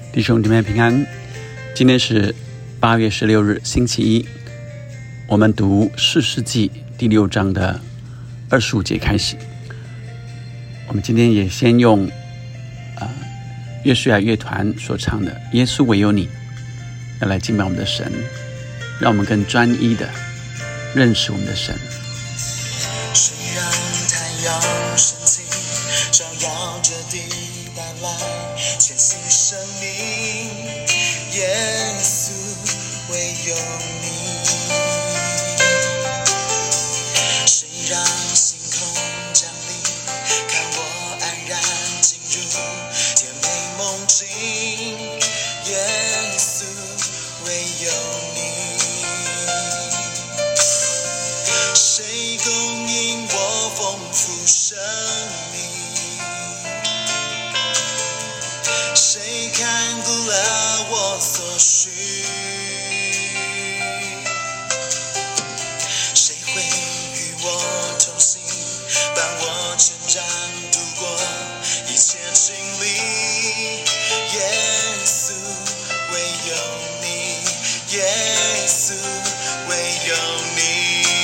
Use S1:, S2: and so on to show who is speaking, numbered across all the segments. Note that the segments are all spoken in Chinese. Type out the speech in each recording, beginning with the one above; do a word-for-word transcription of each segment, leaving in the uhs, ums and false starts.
S1: 弟兄姊妹平安，今天是八月十六日星期一，我们读士师记第六章的二十五节开始。我们今天也先用呃约书亚乐团所唱的耶稣唯有你要来敬拜我们的神，让我们更专一的认识我们的神。
S2: 谁让太阳升起，照耀着地带来全新生命，耶稣唯有你。谁让星空降临，看我安然进入甜美梦境，耶稣唯有你。谁供应我丰富生命，谁看顾了我所需，谁会与我同行，伴我成长度过一切经历，耶稣唯有你，耶稣唯有你。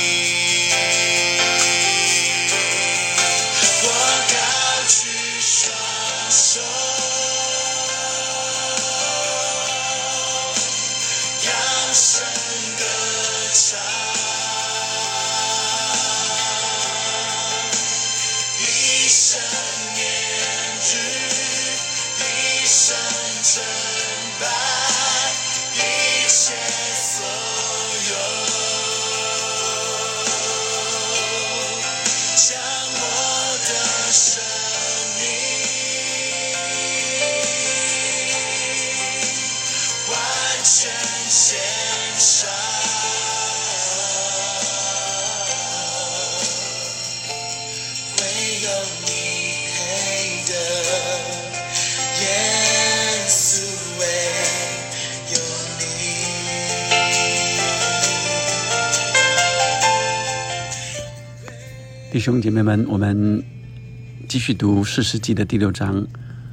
S2: 我高举双手，扬声歌唱，一生念日，一生称拜，一切所有，将我的生命完全献上，唯有你配得，耶稣唯有你。
S1: 弟兄姐妹们，我们继续读士师记的第六章。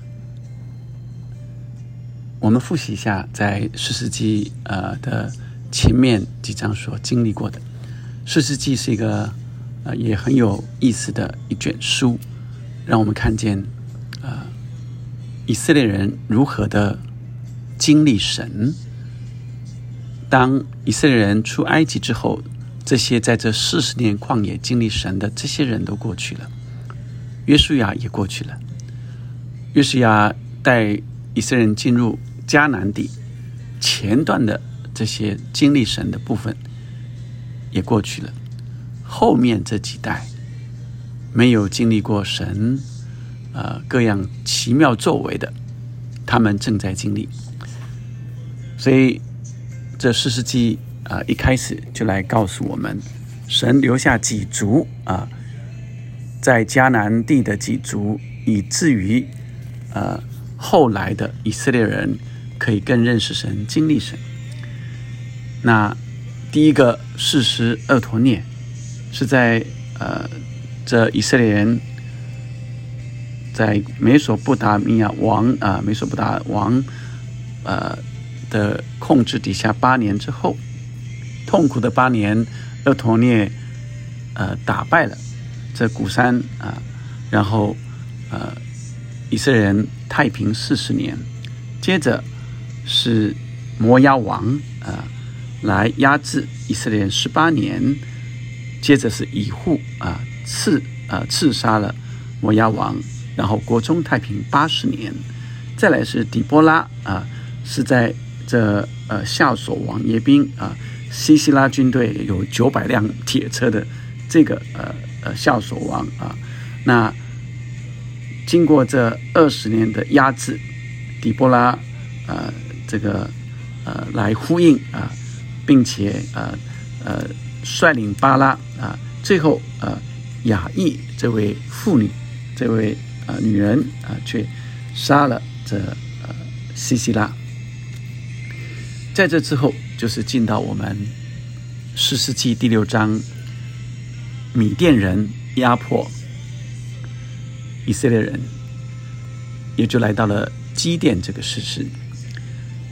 S1: 我们复习一下在士师记呃的前面几章所经历过的。士师记是一个呃也很有意思的一卷书，让我们看见呃以色列人如何的经历神。当以色列人出埃及之后，这些在这四十年旷野经历神的这些人都过去了，约书亚也过去了。约书亚带以色列人进入迦南地，前段的这些经历神的部分也过去了，后面这几代没有经历过神呃各样奇妙作为的，他们正在经历。所以这士师记啊、呃，一开始就来告诉我们，神留下几族啊、呃，在迦南地的几族，以至于呃后来的以色列人可以更认识神、经历神。那第一个士师俄陀聶是在呃这以色列人在美索不达米亚王啊、呃、美索不达王呃的控制底下八年之后，痛苦的八年，俄陀聶呃打败了这古珊啊、呃，然后呃以色列人太平四十年。接着是摩押王啊、呃、来压制以色列人十八年，接着是以户啊、呃、刺啊、呃、刺杀了摩押王，然后国中太平八十年。再来是底波拉啊、呃、是在这呃夏所王耶宾啊、呃、西西拉军队有九百辆铁车的这个呃呃夏所王啊、呃，那经过这二十年的压制，底波拉呃这个呃来呼应啊、呃，并且呃呃率领巴拉啊、呃，最后呃雅意这位妇女，这位呃女人啊、呃，却杀了这呃西西拉。在这之后，就是进到我们士师记第六章，米甸人压迫以色列人，也就来到了基甸这个士师。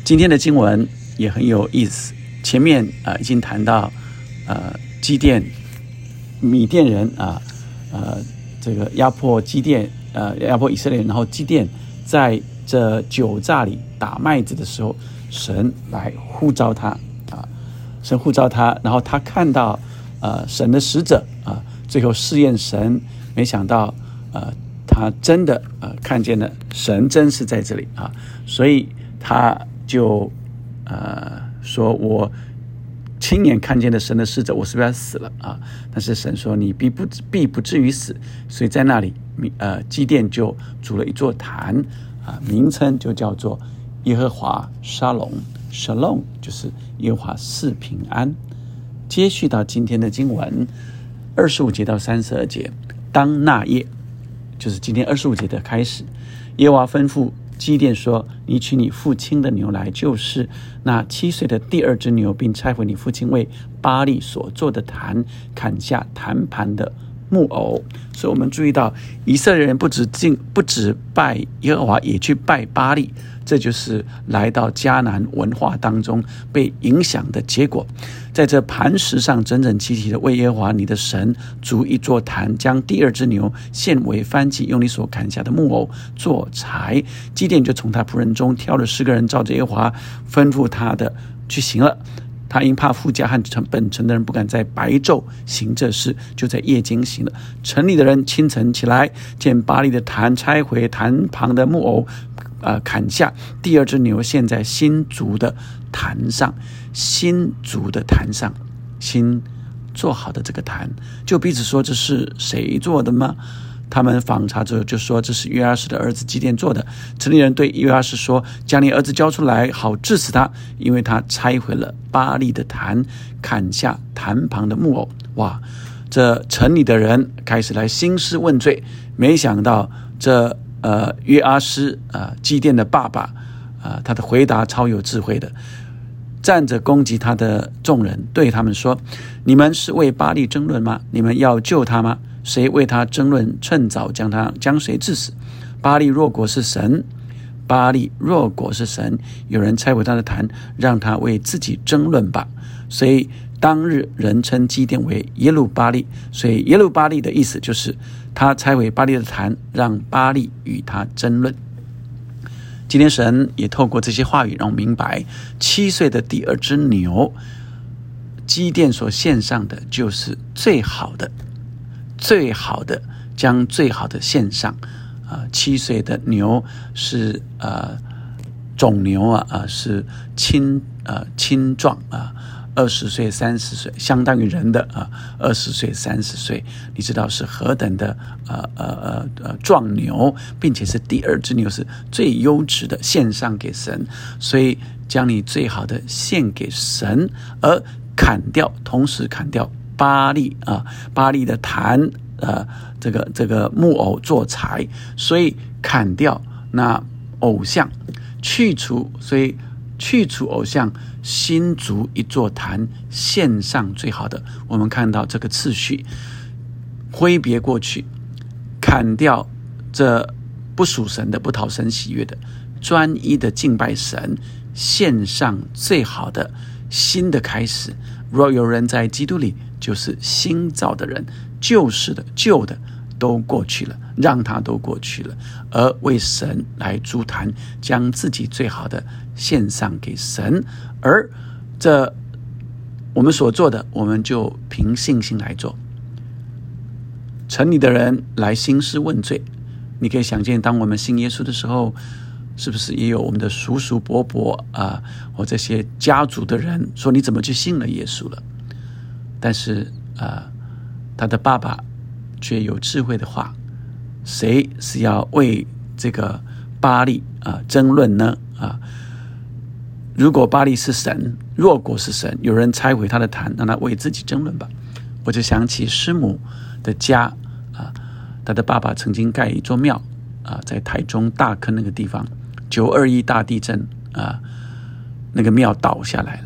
S1: 今天的经文也很有意思，前面啊、呃、已经谈到呃基甸米甸人啊呃这个压迫基甸呃压迫以色列人，然后基甸在这酒榨里打麦子的时候，神来呼召他啊，神呼召他，然后他看到呃神的使者啊，最后试验神，没想到呃他真的呃看见了神真是在这里啊，所以他就呃说我亲眼看见了神的使者，我是不是要死了啊？但是神说你必不必不至于死，所以在那里呃基甸就筑了一座坛啊，名称就叫做耶和华沙龙 Shalom， 就是耶和华赐平安。接续到今天的经文二十五节到三十二节，当那夜，就是今天二十五节的开始，耶和华吩咐基甸说，你取你父亲的牛来，就是那七岁的第二只牛，并拆毁你父亲为巴力所做的坛，砍下坛盘的木偶。所以我们注意到以色列人不止敬不止拜耶和华，也去拜巴力，这就是来到迦南文化当中被影响的结果。在这磐石上整整齐齐的为耶和华你的神筑一座坛，将第二只牛献为燔祭，用你所砍下的木偶做柴。基甸就从他仆人中挑了十个人，照着耶和华吩咐他的去行了。他因怕富家和本城的人不敢在白昼行这事，就在夜间行了。城里的人清晨起来，见巴力的坛拆毁，坛旁的木偶呃，砍下，第二只牛献在新筑的坛上，新筑的坛上，新做好的这个坛，就彼此说这是谁做的吗？他们访查之后就说这是约阿施的儿子基甸做的。城里人对约阿施说，将你儿子交出来，好治死他，因为他拆毁了巴力的坛，砍下坛旁的木偶。哇，这城里的人开始来兴师问罪，没想到这呃约阿施呃基甸的爸爸呃他的回答超有智慧的，站着攻击他的众人，对他们说，你们是为巴力争论吗？你们要救他吗？谁为他争论，趁早将他将谁治死？巴力若果是神，巴力若果是神，有人拆毁他的坛，让他为自己争论吧。所以当日人称基甸为耶路巴力，所以耶路巴力的意思就是他拆毁巴力的坛，让巴力与他争论。今天神也透过这些话语让我明白，七岁的第二只牛，基甸所献上的就是最好的，最好的，将最好的献上。呃、七岁的牛是呃种牛啊，呃、是青呃青壮啊。二十岁、三十岁，相当于人的啊，二十岁、三十岁，你知道是何等的呃呃呃呃壮牛，并且是第二只牛，是最优质的，献上给神。所以将你最好的献给神，而砍掉，同时砍掉巴力啊，巴力的坛，呃，这个这个木偶做柴，所以砍掉那偶像，去除，所以去除偶像。新筑一座坛，献上最好的。我们看到这个次序，挥别过去，砍掉这不属神的、不讨神喜悦的，专一的敬拜神，献上最好的，新的开始。若有人在基督里，就是新造的人，旧事的、旧的都过去了，让它都过去了，而为神来筑坛，将自己最好的献上给神。而这我们所做的，我们就凭信心来做。城里的人来兴师问罪，你可以想见，当我们信耶稣的时候，是不是也有我们的叔叔伯伯啊，或这些家族的人说，你怎么去信了耶稣了？但是啊，他的爸爸却有智慧的话，谁是要为这个巴力啊争论呢？啊，如果巴力是神，若果是神，有人拆毁他的坛，让他为自己争论吧。我就想起师母的家啊，他的爸爸曾经盖一座庙啊，在台中大坑那个地方，九二一大地震啊，那个庙倒下来了。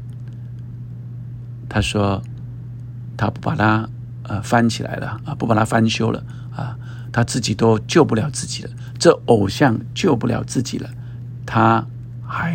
S1: 他说他不把它呃翻起来了啊，不把它翻修了啊，他自己都救不了自己了，这偶像救不了自己了，他还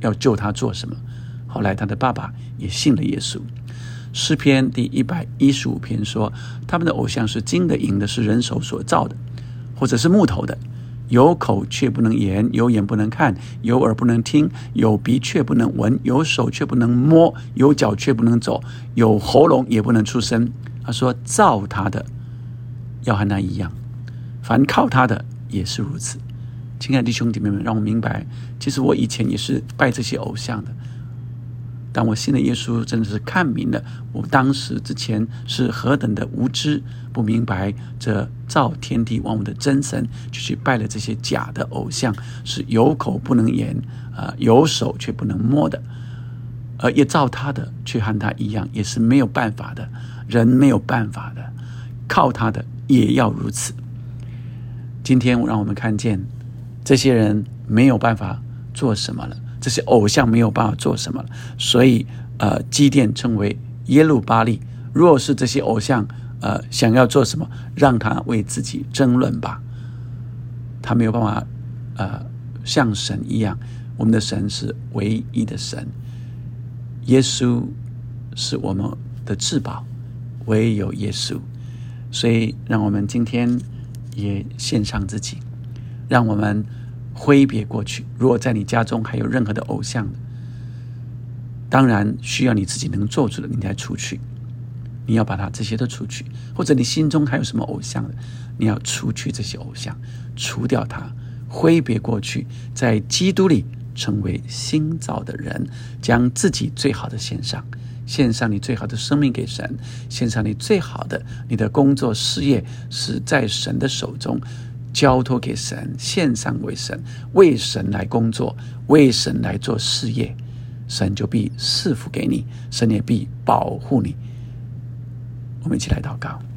S1: 要救他做什么。后来他的爸爸也信了耶稣。诗篇第一百一十五篇说，他们的偶像是金的、银的，是人手所造的，或者是木头的，有口却不能言，有眼不能看，有耳不能听，有鼻却不能闻，有手却不能摸，有脚却不能走，有喉咙也不能出声。他说造他的要和他一样，凡靠他的也是如此。亲爱的弟兄姐妹们，让我明白，其实我以前也是拜这些偶像的。当我信了耶稣，真的是看明了我当时之前是何等的无知，不明白这造天地万物的真神，就去拜了这些假的偶像，是有口不能言，呃，有手却不能摸的，而也造他的却和他一样，也是没有办法的，人没有办法的，靠他的也要如此。今天让我们看见这些人没有办法做什么了，这些偶像没有办法做什么了，所以呃，基甸称为耶路巴力。若是这些偶像呃想要做什么，让他为自己争论吧。他没有办法呃像神一样，我们的神是唯一的神，耶稣是我们的至宝，唯有耶稣。所以让我们今天也献上自己，让我们挥别过去。如果在你家中还有任何的偶像，当然需要你自己能做主的，你才出去，你要把它这些都除去。或者你心中还有什么偶像的，你要除去这些偶像，除掉它，挥别过去，在基督里成为新造的人，将自己最好的献上，献上你最好的生命给神，献上你最好的，你的工作事业是在神的手中，交托给神，献上为神，为神来工作，为神来做事业，神就必赐福给你，神也必保护你。我们一起来祷告。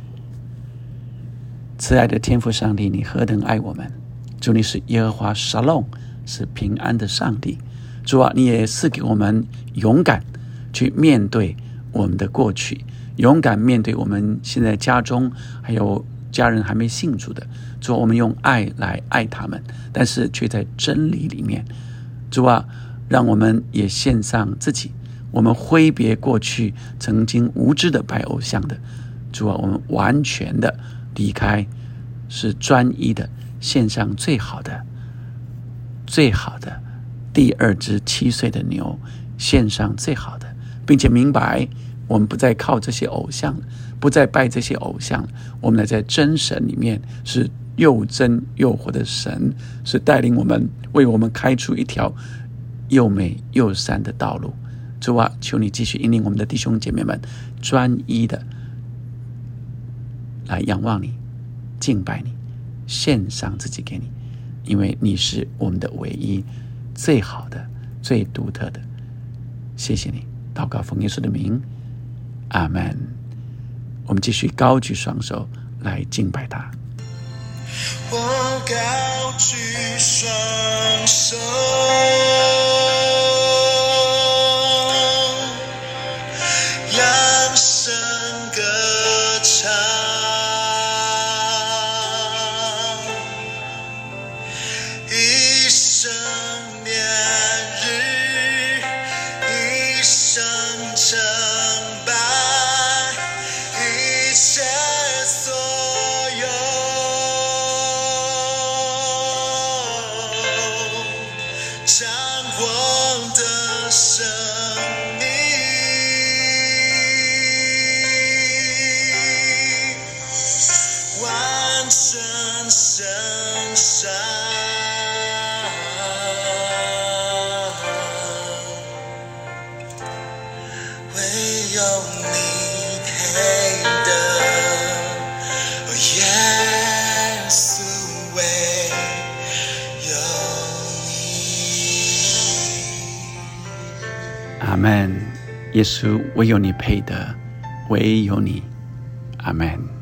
S1: 慈爱的天父上帝，你何等爱我们！主，你是耶和华沙龙，是平安的上帝。主啊，你也赐给我们勇敢去面对我们的过去，勇敢面对我们现在家中还有家人还没信主的。主啊，我们用爱来爱他们，但是却在真理里面。主啊，让我们也献上自己，我们挥别过去曾经无知的拜偶像的。主啊，我们完全的离开，是专一的献上最好的最好的第二只七岁的牛，献上最好的，并且明白我们不再靠这些偶像，不再拜这些偶像，我们来在真神里面，是又真又活的神，是带领我们，为我们开出一条又美又善的道路。主啊，求你继续引领我们的弟兄姐妹们，专一的来仰望你，敬拜你，献上自己给你，因为你是我们的唯一，最好的，最独特的。谢谢你，祷告奉耶稣的名，阿们。我们继续高举双手来敬拜他。
S2: 我高举双手，扬声歌唱，一生年日，一生成败，一切所有，将我的生命完全献上，唯有你配得，哦，耶稣，唯有你。
S1: 阿们。耶稣，唯有你配得，唯有你。阿们。